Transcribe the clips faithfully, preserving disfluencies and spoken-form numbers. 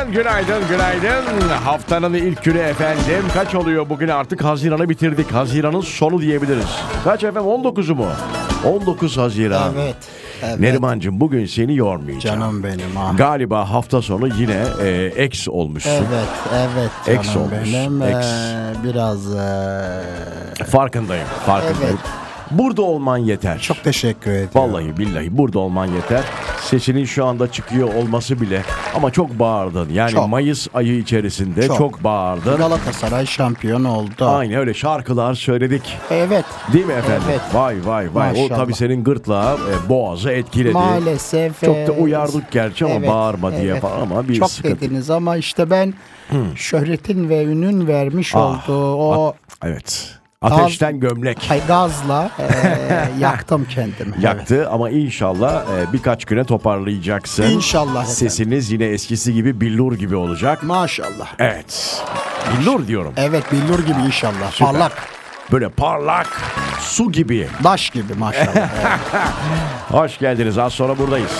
Günaydın, günaydın, günaydın. Haftanın ilk günü efendim. Kaç oluyor bugün artık? Haziran'ı bitirdik. Haziran'ın sonu diyebiliriz. Kaç efendim? on dokuzu mu? on dokuz Haziran. Evet. Evet. Nerimancığım bugün seni yormayacağım. Canım benim ha. Galiba hafta sonu yine e, ex olmuşsun. Evet, evet canım Ex olmuş, benim. ex. Ee, biraz ee... Farkındayım, farkındayım. Evet. Burada olman yeter. Çok teşekkür ediyorum. Vallahi billahi burada olman yeter. Sesinin şu anda çıkıyor olması bile ama çok bağırdın. Yani Çok. Mayıs ayı içerisinde çok, Çok. bağırdın. Galatasaray şampiyon oldu. Aynı öyle şarkılar söyledik. Evet. Değil mi efendim? Evet. Vay vay vay. O Maşallah. tabii senin gırtlağı, e, boğazı etkiledi. Maalesef. Çok da ee, uyardık gerçi ama evet, bağırma diye evet. falan ama bir Çok sıkıntı. dediniz ama işte ben şöhretin ve ünün vermiş Ah, olduğu o Evet. Ateşten gömlek hay- gazla ee, yaktım kendimi. yaktı ama inşallah e, birkaç güne toparlayacaksın. İnşallah efendim. Sesiniz yine eskisi gibi billur gibi olacak. Maşallah. Evet. Billur diyorum. Evet, billur gibi inşallah. Süper. Parlak. Böyle parlak su gibi. Daş gibi maşallah. Evet. Hoş geldiniz. Az sonra buradayız.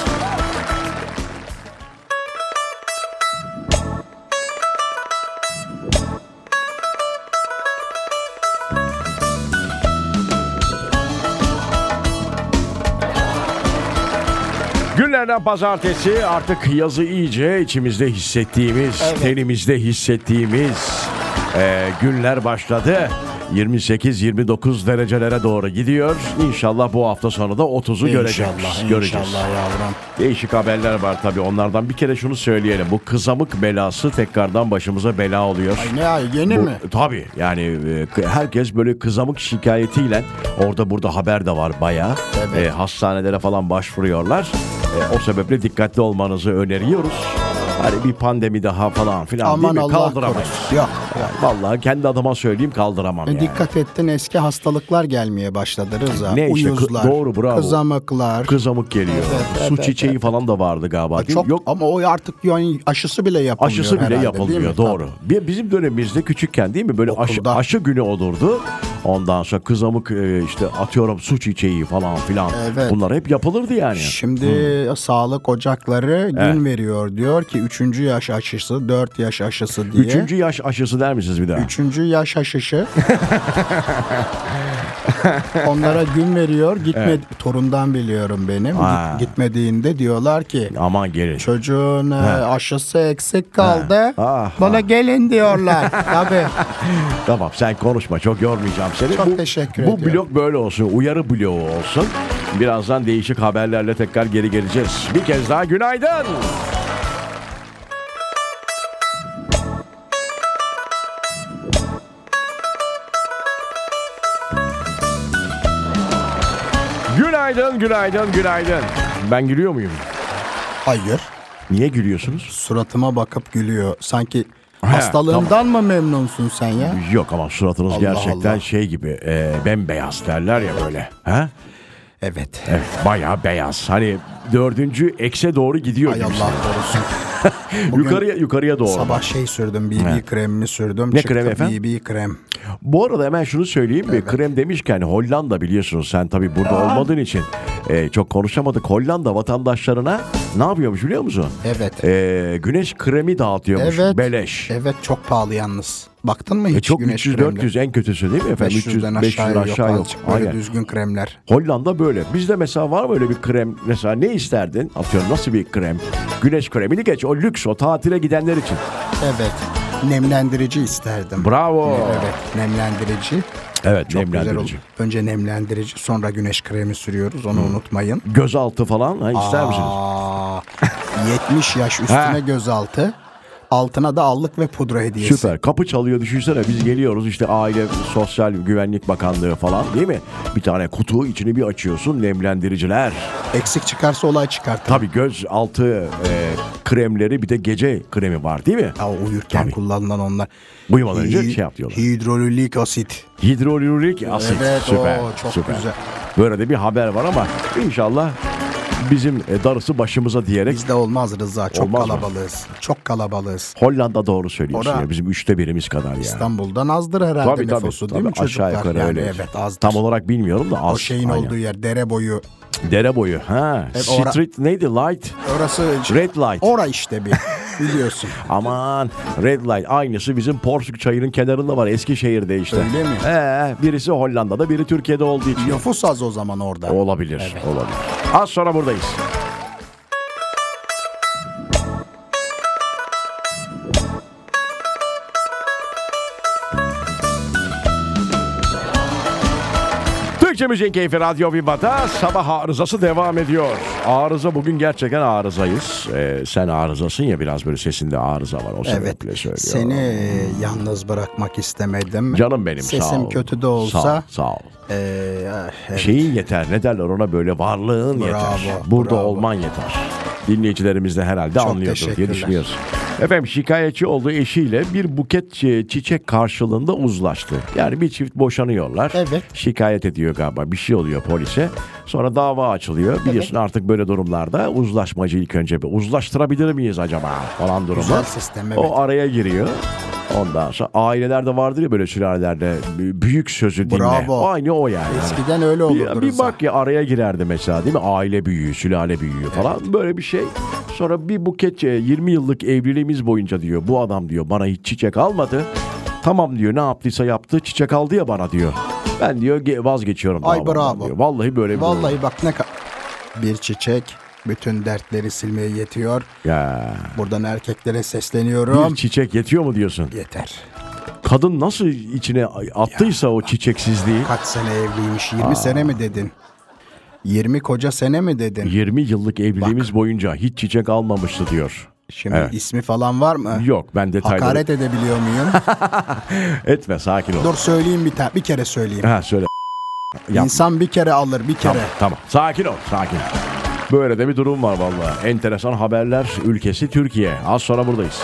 Günlerden pazartesi, artık yazı iyice içimizde hissettiğimiz, Evet. tenimizde hissettiğimiz e, günler başladı. yirmi sekiz yirmi dokuz derecelere doğru gidiyor. İnşallah bu hafta sonu da otuzu göreceğiz. İnşallah, Göreceğiz. inşallah yavrum. Değişik haberler var tabii. Onlardan bir kere şunu söyleyelim. Bu kızamık belası tekrardan başımıza bela oluyor. Ay ne ay yeni Bu, mi? tabii yani e, k- herkes böyle kızamık şikayetiyle, orada burada haber de var bayağı. Evet. E, hastanelere falan başvuruyorlar. E, o sebeple dikkatli olmanızı öneriyoruz. Hani bir pandemi daha falan filan Aman değil mi? Allah Kaldıramayız. korusun. Yok. Vallahi kendi adıma söyleyeyim, kaldıramam E, yani. Dikkat ettin, eski hastalıklar gelmeye başladı Rıza. Ne işte, Uyuzlar, kı- doğru, bravo. kızamıklar. Kızamık geliyor. Evet, Su evet, çiçeği evet. falan da vardı galiba. değil mi? Çok, Yok. ama o artık yani aşısı bile yapılmıyor Aşısı bile herhalde, yapılmıyor, değil mi? doğru. Bir, bizim dönemimizde küçükken değil mi böyle aşı, Okulda. aşı günü olurdu. Ondan sonra kızamık e, işte atıyorum su çiçeği falan filan. Evet. Bunlar hep yapılırdı yani. Şimdi sağlık ocakları gün Evet. veriyor. Diyor ki üçüncü yaş aşısı, dört yaş aşısı diye. Üçüncü yaş aşısı der misiniz bir daha? Üçüncü yaş aşısı. Onlara gün veriyor. Gitmedi. Torundan biliyorum benim. Ha. Git- Gitmediğinde diyorlar ki Aman gelin. çocuğun e, aşısı eksik kaldı. Ah, Bana gelin diyorlar. Tabii. Tamam sen konuşma, çok yormayacağım seni. Çok bu, teşekkür Bu ediyorum. blok böyle olsun, uyarı bloğu olsun. Birazdan değişik haberlerle tekrar geri geleceğiz. Bir kez daha günaydın. Günaydın, günaydın, günaydın. Ben gülüyor muyum? Hayır. Niye gülüyorsunuz? Suratıma bakıp gülüyor. Sanki Ha, hastalığından mı memnunsun sen ya? Yok ama suratınız Allah gerçekten Allah. şey gibi, e, bembeyaz derler ya böyle. Ha? Evet. Evet, bayağı beyaz. Hani dördüncü ekse doğru gidiyor Ay gibi. Allah korusun. Bugün Yukarıya yukarıya doğru. sabah şey sürdüm, B B Evet. kremimi sürdüm. Ne çıktı kremi efendim? B B krem. Bu arada hemen şunu söyleyeyim mi? Krem demişken Hollanda, biliyorsunuz sen tabii burada olmadığın için e, çok konuşamadık. Hollanda vatandaşlarına ne yapıyormuş biliyor musun? Evet. E, güneş kremi dağıtıyormuş. Evet. Beleş. Evet, çok pahalı yalnız. Baktın mı hiç E, çok güneş üç yüz kremine? dört yüz en kötüsü değil mi efendim? beş yüzden beş yüz aşağı yok, aşağı yok. azıcık böyle Aynen. düzgün kremler. Hollanda böyle. Bizde mesela var mı öyle bir krem? Mesela ne isterdin? Atıyorum nasıl bir krem? Güneş kremini geç. O lüks, o tatile gidenler için. Evet. Nemlendirici isterdim. Bravo. Evet, nemlendirici. Evet, Çok güzel olur. nemlendirici. Önce nemlendirici, sonra güneş kremi sürüyoruz. Onu unutmayın. Gözaltı falan ha, ister misiniz? Aa, yetmiş yaş üstüne Ha. gözaltı. Altına da allık ve pudra hediyesi. Süper. Kapı çalıyor, düşünsene. Biz geliyoruz işte, Aile Sosyal Güvenlik Bakanlığı falan değil mi? Bir tane kutu, içini bir açıyorsun, nemlendiriciler. Eksik çıkarsa olay çıkartır. Tabii göz altı e, kremleri, bir de gece kremi var değil mi? Ya, uyurken Tabii. kullanılan onlar. Uyumadan önce Hi- şey yap diyorlar. Hidrolilik asit. Hidrolürik asit. Evet, Süper. o çok süper. güzel. Böyle de bir haber var ama inşallah bizim e, darısı başımıza diyerek. Bizde olmaz Rıza. Çok Olmaz mı? kalabalığız. Çok kalabalığız. Hollanda doğru söylüyorsun Ora- ya. Bizim üçte birimiz kadar ya. İstanbul'dan azdır herhalde Tabii tabii. nüfusu, tabii. değil mi çocuklar? Aşağı yukarı Yani öyle. Evet, azdır. Tam olarak bilmiyorum da az. O şeyin Aynen. olduğu yer, dere boyu. Dere boyu. Ha. Evet, ora- Street neydi? Light. Orası Red light. Ora işte bir. biliyorsun. Aman Red Light aynısı bizim Porsuk çayının kenarında var Eskişehir'de işte. Öyle mi? Ee, birisi Hollanda'da biri Türkiye'de olduğu için. Nüfus az o zaman orada. Olabilir, Evet. olabilir. Az sonra buradayız. Türkçe Müziğin Keyfi Radyo Viva'da sabah arızası devam ediyor. Arıza bugün gerçekten arızayız. Ee, sen arızasın ya biraz böyle sesinde arıza var o sebeple Evet. söylüyorum. Seni e, yalnız bırakmak istemedim. Canım benim Sesim sağ ol. kötü de olsa. Sağ ol. Sağ ol. e, evet. Şeyin yeter ne derler ona böyle varlığın Bravo, yeter. Burada bravo. olman yeter. Dinleyicilerimiz de herhalde Çok anlıyordur diye teşekkürler. düşünüyoruz. Efendim şikayetçi olduğu eşiyle bir buket çi- çiçek karşılığında uzlaştı. Yani bir çift boşanıyorlar. Evet. Şikayet ediyor galiba bir şey oluyor polise. Sonra dava açılıyor. Biliyorsun artık böyle durumlarda uzlaşmacı ilk önce bir uzlaştırabilir miyiz acaba falan durumu. Güzel sistem, evet. O araya giriyor. Ondan sonra ailelerde vardır ya böyle sülalelerde büyük sözü dinle. Bravo. Aynı o yani. Eskiden öyle olurdu. Bir, bir Rıza. bak ya araya girerdi mesela değil mi? Aile büyüğü, sülale büyüğü falan böyle bir şey. Sonra bir buket e, yirmi yıllık evliliğimiz boyunca diyor bu adam diyor bana hiç çiçek almadı. Tamam diyor ne yaptıysa yaptı çiçek aldı ya bana diyor. Ben diyor ge- vazgeçiyorum. Ay davamdan bravo. diyor. Vallahi böyle bir durum. Vallahi bak ne kadar. Bir çiçek bütün dertleri silmeye yetiyor. Ya, Buradan erkeklere sesleniyorum. bir çiçek yetiyor mu diyorsun? Yeter. Kadın nasıl içine attıysa o çiçeksizliği. Kaç sene evliymiş? yirmi sene mi dedin? yirmi koca sene mi dedin? yirmi yıllık evliliğimiz boyunca hiç çiçek almamıştı diyor. Şimdi Evet. ismi falan var mı? Yok ben detayları... Hakaret edebiliyor muyum? Etme sakin ol. Dur söyleyeyim bir tane. Bir kere söyleyeyim. Ha söyle. Yapma. İnsan bir kere alır bir kere. Tamam, tamam. Sakin ol, sakin. Böyle de bir durum var vallahi. Enteresan haberler ülkesi Türkiye. Az sonra buradayız.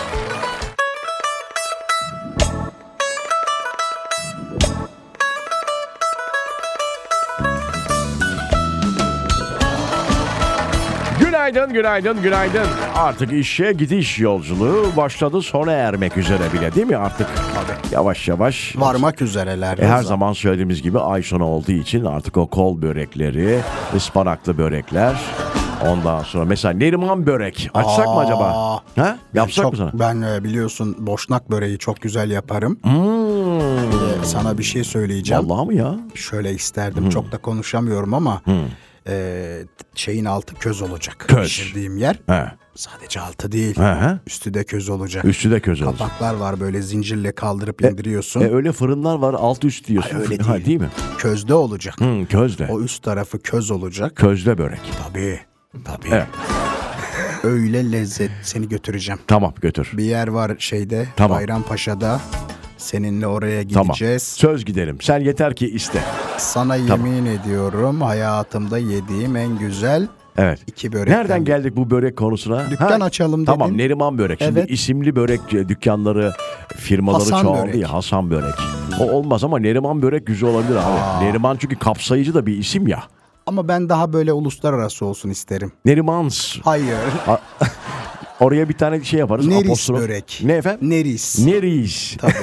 Günaydın, günaydın, günaydın. Artık işe gidiş yolculuğu başladı sona ermek üzere bile değil mi artık? Yavaş yavaş. Varmak üzereler. E her Rıza. zaman söylediğimiz gibi ay sonu olduğu için artık o kol börekleri, ıspanaklı börekler. Ondan sonra mesela Neriman börek. Açsak mı acaba? Aa, Ha? Ben Yapsak çok, mı sana? Ben e, biliyorsun boşnak böreği çok güzel yaparım. Hmm. Bir de sana bir şey söyleyeceğim. Vallahi mı ya? Şöyle isterdim. Çok da konuşamıyorum ama e, şeyin altı köz olacak. Köz. Pişirdiğim yer. He. Sadece altı değil. He he. Üstü de köz olacak. Üstü de köz olacak. Kapaklar var böyle zincirle kaldırıp indiriyorsun. E öyle fırınlar var alt üst diyorsun. Ay, öyle Ha, değil. değil mi? Közde olacak. Hmm, közde. O üst tarafı köz olacak. Közde börek. Tabii. Tabii. Evet. Öyle lezzet. Seni götüreceğim. Tamam götür. Bir yer var şeyde. Tamam. Bayrampaşa'da. Seninle oraya Tamam. gideceğiz. Söz gidelim. Sen yeter ki iste. Sana yemin ediyorum hayatımda yediğim en güzel Evet. iki börekten. Nereden geldik bu börek konusuna? Dükkan açalım dedin. Tamam Neriman Börek. Şimdi Evet. isimli börek e, dükkanları, firmaları Hasan çoğaldı Börek. ya. Hasan Börek. O olmaz ama Neriman Börek güzel olabilir abi. Neriman çünkü kapsayıcı da bir isim ya. Ama ben daha böyle uluslararası olsun isterim. Nerimans. Hayır. Oraya bir tane şey yaparız. Neris apostrof. börek. Ne efendim? Neris. Neris. Tabii.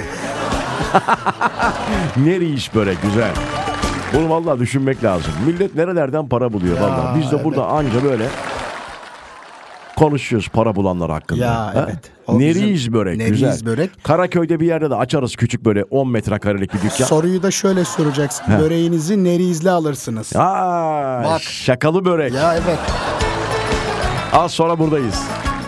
Neris börek güzel. Bunu vallahi düşünmek lazım. Millet nerelerden para buluyor Ya, vallahi. Biz de burada anca böyle konuşuyoruz para bulanlar hakkında. Ya, Ha? evet. O Neriz bizim börek Neriz güzel. börek. Karaköy'de bir yerde de açarız küçük böyle on metrekarelik bir dükkan. Soruyu da şöyle soracaksın. Böreğinizi nerizli alırsınız. Aa, Bak. şakalı börek. Ya evet. Az sonra buradayız.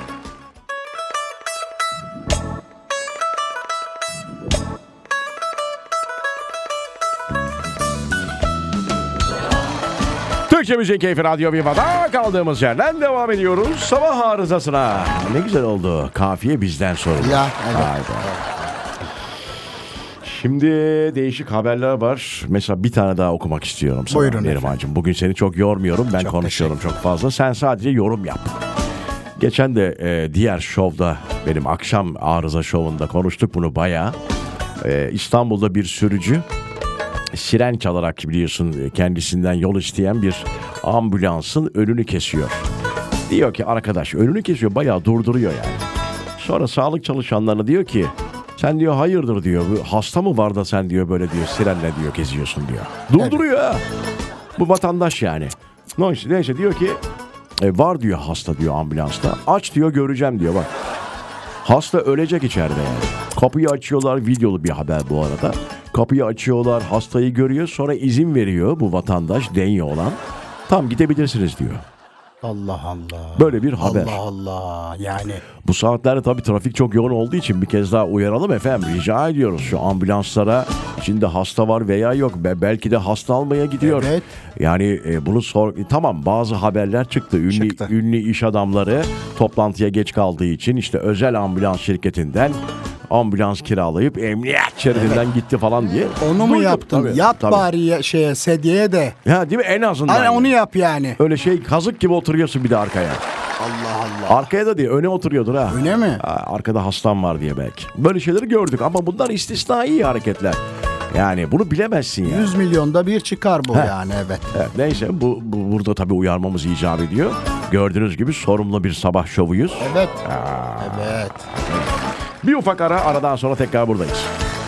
Türkçe Müziğin Keyfi Radyo Viva'da kaldığımız yerden devam ediyoruz. Sabah arızasına. Ne güzel oldu. Kafiye bizden sorulur. Ya evet. Haydi. Şimdi değişik haberler var. Mesela bir tane daha okumak istiyorum sana. Buyurun Nerimancığım. Bugün seni çok yormuyorum. Ben Çok konuşuyorum çok fazla. Sen sadece yorum yap. Geçen de e, diğer şovda benim akşam arıza şovunda konuştuk bunu bayağı. E, İstanbul'da bir sürücü siren çalarak biliyorsun kendisinden yol isteyen bir ambulansın önünü kesiyor. Diyor ki arkadaş önünü kesiyor bayağı durduruyor yani. Sonra sağlık çalışanlarına diyor ki sen diyor hayırdır diyor hasta mı var da sen diyor böyle diyor sirenle diyor geziyorsun diyor. Durduruyor ha. Bu vatandaş yani. Neyse, neyse diyor ki e, var diyor hasta diyor ambulansta. Aç diyor göreceğim diyor bak. Hasta ölecek içeride yani. Kapıyı açıyorlar, videolu bir haber bu arada. Kapıyı açıyorlar, hastayı görüyor, sonra izin veriyor bu vatandaş, denyo olan. Tam gidebilirsiniz diyor. Allah Allah. Böyle bir haber. Allah Allah. Yani Bu saatlerde tabii trafik çok yoğun olduğu için bir kez daha uyaralım efendim. Rica ediyoruz şu ambulanslara, içinde hasta var veya yok. Be- belki de hasta almaya gidiyor. Evet. Yani e, bunu sor. Tamam, bazı haberler çıktı. Ünlü, Çıktı. ünlü iş adamları toplantıya geç kaldığı için işte özel ambulans şirketinden ambulans kiralayıp emniyet şeridinden gitti falan diye. onu mu Duydum. yaptın? Tabii, Yap tabii. bari ya- şeye sedyeye de. Ya değil mi? En azından. Hani yani. onu yap yani. Öyle şey kazık gibi oturuyorsun bir de arkaya. Allah Allah. Arkaya da değil, öne oturuyordur ha. Öyle mi? Ha, arkada hastam var diye belki. Böyle şeyleri gördük ama bunlar istisnai hareketler. Yani bunu bilemezsin ya. yüz milyonda bir çıkar bu Heh. yani evet. Evet, neyse bu, bu burada tabii uyarmamız icap ediyor. Gördüğünüz gibi sorumlu bir sabah şovuyuz. Evet. Evet. Bir ufak ara, aradan sonra tekrar buradayız.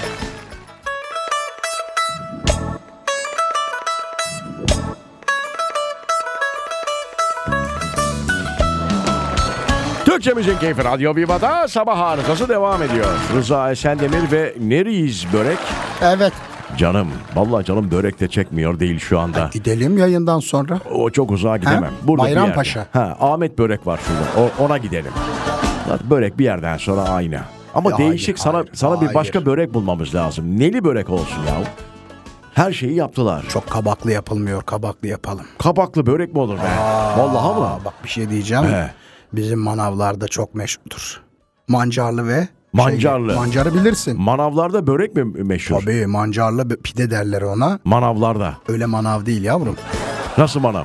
Türkçemizin keyfi Radyo Viva'da sabah arızası devam ediyor. Rıza Esendemir ve Neriyiz Börek. Evet. Canım, vallahi canım börek de çekmiyor değil şu anda. Gidelim yayından sonra. O çok uzağa gidemem. Ha? Burada bir yerde. Bayrampaşa. Ha, Ahmet Börek var şurada. O, ona gidelim. Zaten börek bir yerden sonra aynı. Ama Ya değişik, hayır, sana hayır, sana bir hayır. başka börek bulmamız lazım. Neli börek olsun ya. Her şeyi yaptılar. Çok kabaklı yapılmıyor. Kabaklı yapalım. Kabaklı börek mi olur be? Vallahi mı? Aa, bak bir şey diyeceğim. He. Bizim manavlarda çok meşhurdur. Mancarlı ve Mancarlı. Şey, mancarı bilirsin. Manavlarda börek mi meşhur? Tabii mancarlı bir pide derler ona. Manavlarda. Öyle manav değil yavrum. Nasıl manav?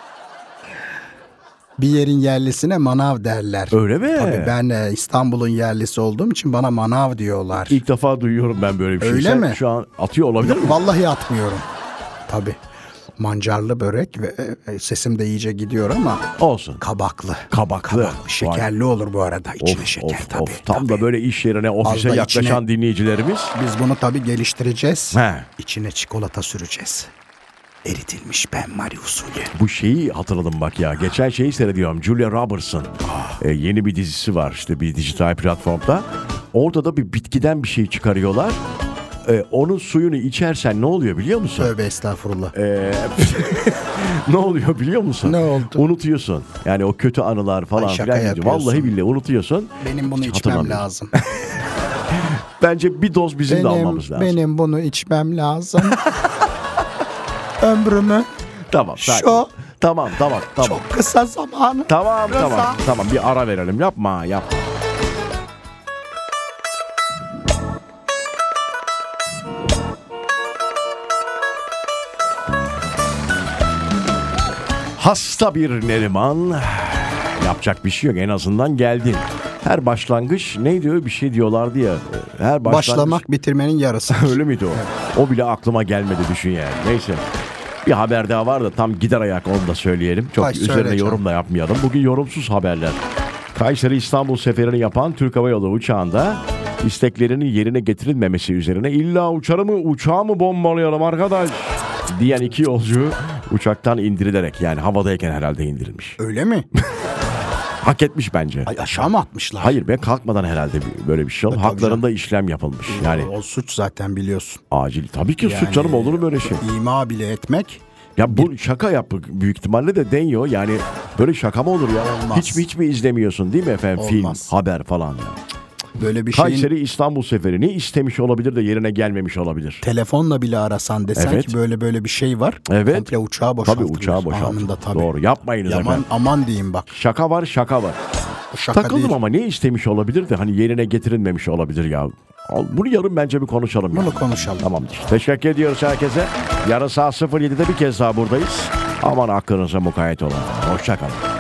Bir yerin yerlisine manav derler. Öyle mi? Tabii ben e, İstanbul'un yerlisi olduğum için bana manav diyorlar. İlk defa duyuyorum ben böyle bir şey. Öyle Sen mi? şu an atıyor olabilir mi? Vallahi atmıyorum. Tabii. Mancarlı börek ve e, sesim de iyice gidiyor ama Olsun. kabaklı. Kabaklı. Kabaklı. Şekerli olur bu arada. İçine Of, şeker of, tabii. of. Tam tabii. da böyle iş yerine, ofise Az da yaklaşan içine- dinleyicilerimiz. Biz bunu tabii geliştireceğiz. He. İçine çikolata süreceğiz. Eritilmiş benmari usulü. Bu şeyi hatırladım bak ya. Geçen şeyi seyrediyorum. Julia Roberts'ın e, yeni bir dizisi var işte bir dijital platformda. Orada da bir bitkiden bir şey çıkarıyorlar. E, onun suyunu içersen ne oluyor biliyor musun? Tövbe estağfurullah. E, ne oluyor biliyor musun? Ne oldu? Unutuyorsun. Yani o kötü anılar falan Ay, şaka filan. yapıyorsun. Vallahi billahi unutuyorsun. Benim bunu Hiç içmem hatırlamıyorum. lazım. Bence bir doz bizim de almamız benim, lazım. benim bunu içmem lazım. Ömrümü Tamam. sakin. Şu- Tamam tamam tamam. çok kısa zamanı. Tamam Rıza. tamam tamam bir ara verelim. Yapma yapma. Hasta bir Neriman. Yapacak bir şey yok, en azından geldin. Her başlangıç ne diyor, bir şey diyorlardı ya. Her başlangıç... Başlamak bitirmenin yarısı. Öyle miydi o? O bile aklıma gelmedi, düşün yani. Neyse. Bir haber daha var da tam gider ayak, onu da söyleyelim. Çok Ay, üzerine söyle yorum canım. da yapmayalım. Bugün yorumsuz haberler. Kayseri İstanbul seferini yapan Türk Hava Yolu uçağında isteklerinin yerine getirilmemesi üzerine illa uçarı mı uçağı mı bombalayalım arkadaş diyen iki yolcu uçaktan indirilerek, yani havadayken herhalde indirilmiş. Öyle mi? Hak etmiş bence. Ay aşağı mı atmışlar? Hayır be, kalkmadan herhalde bir- böyle bir şey oldu. E, tabii Haklarında işlem yapılmış. Yani O suç zaten biliyorsun. acil. Tabii ki Yani, suç canım, olur mu böyle şey? İma bile etmek. Ya bu şaka yap büyük ihtimalle de deniyor. Yani böyle şaka mı olur ya? Olmaz. Hiç mi hiç mi izlemiyorsun değil mi efendim? Olmaz. Film, haber falan ya. Böyle bir şeyin Kayseri İstanbul seferi ne istemiş olabilir de yerine gelmemiş olabilir. telefonla bile arasan desen Evet. ki böyle böyle bir şey var. Evet. Komple uçağı Tabii boşaltılır. uçağı boşaltın. Anında tabii. Doğru, yapmayınız Aman, efendim. aman diyeyim bak. Şaka var, şaka var. Bu şaka Takıldım değil. ama ne istemiş olabilir de hani yerine getirilmemiş olabilir ya. Al, bunu yarın bence bir konuşalım. Bunu ya. konuşalım. Tamamdır. Teşekkür ediyoruz herkese. Yarın saat sıfır yedide bir kez daha buradayız. Aman aklınıza mukayyet olun. Hoşça kalın.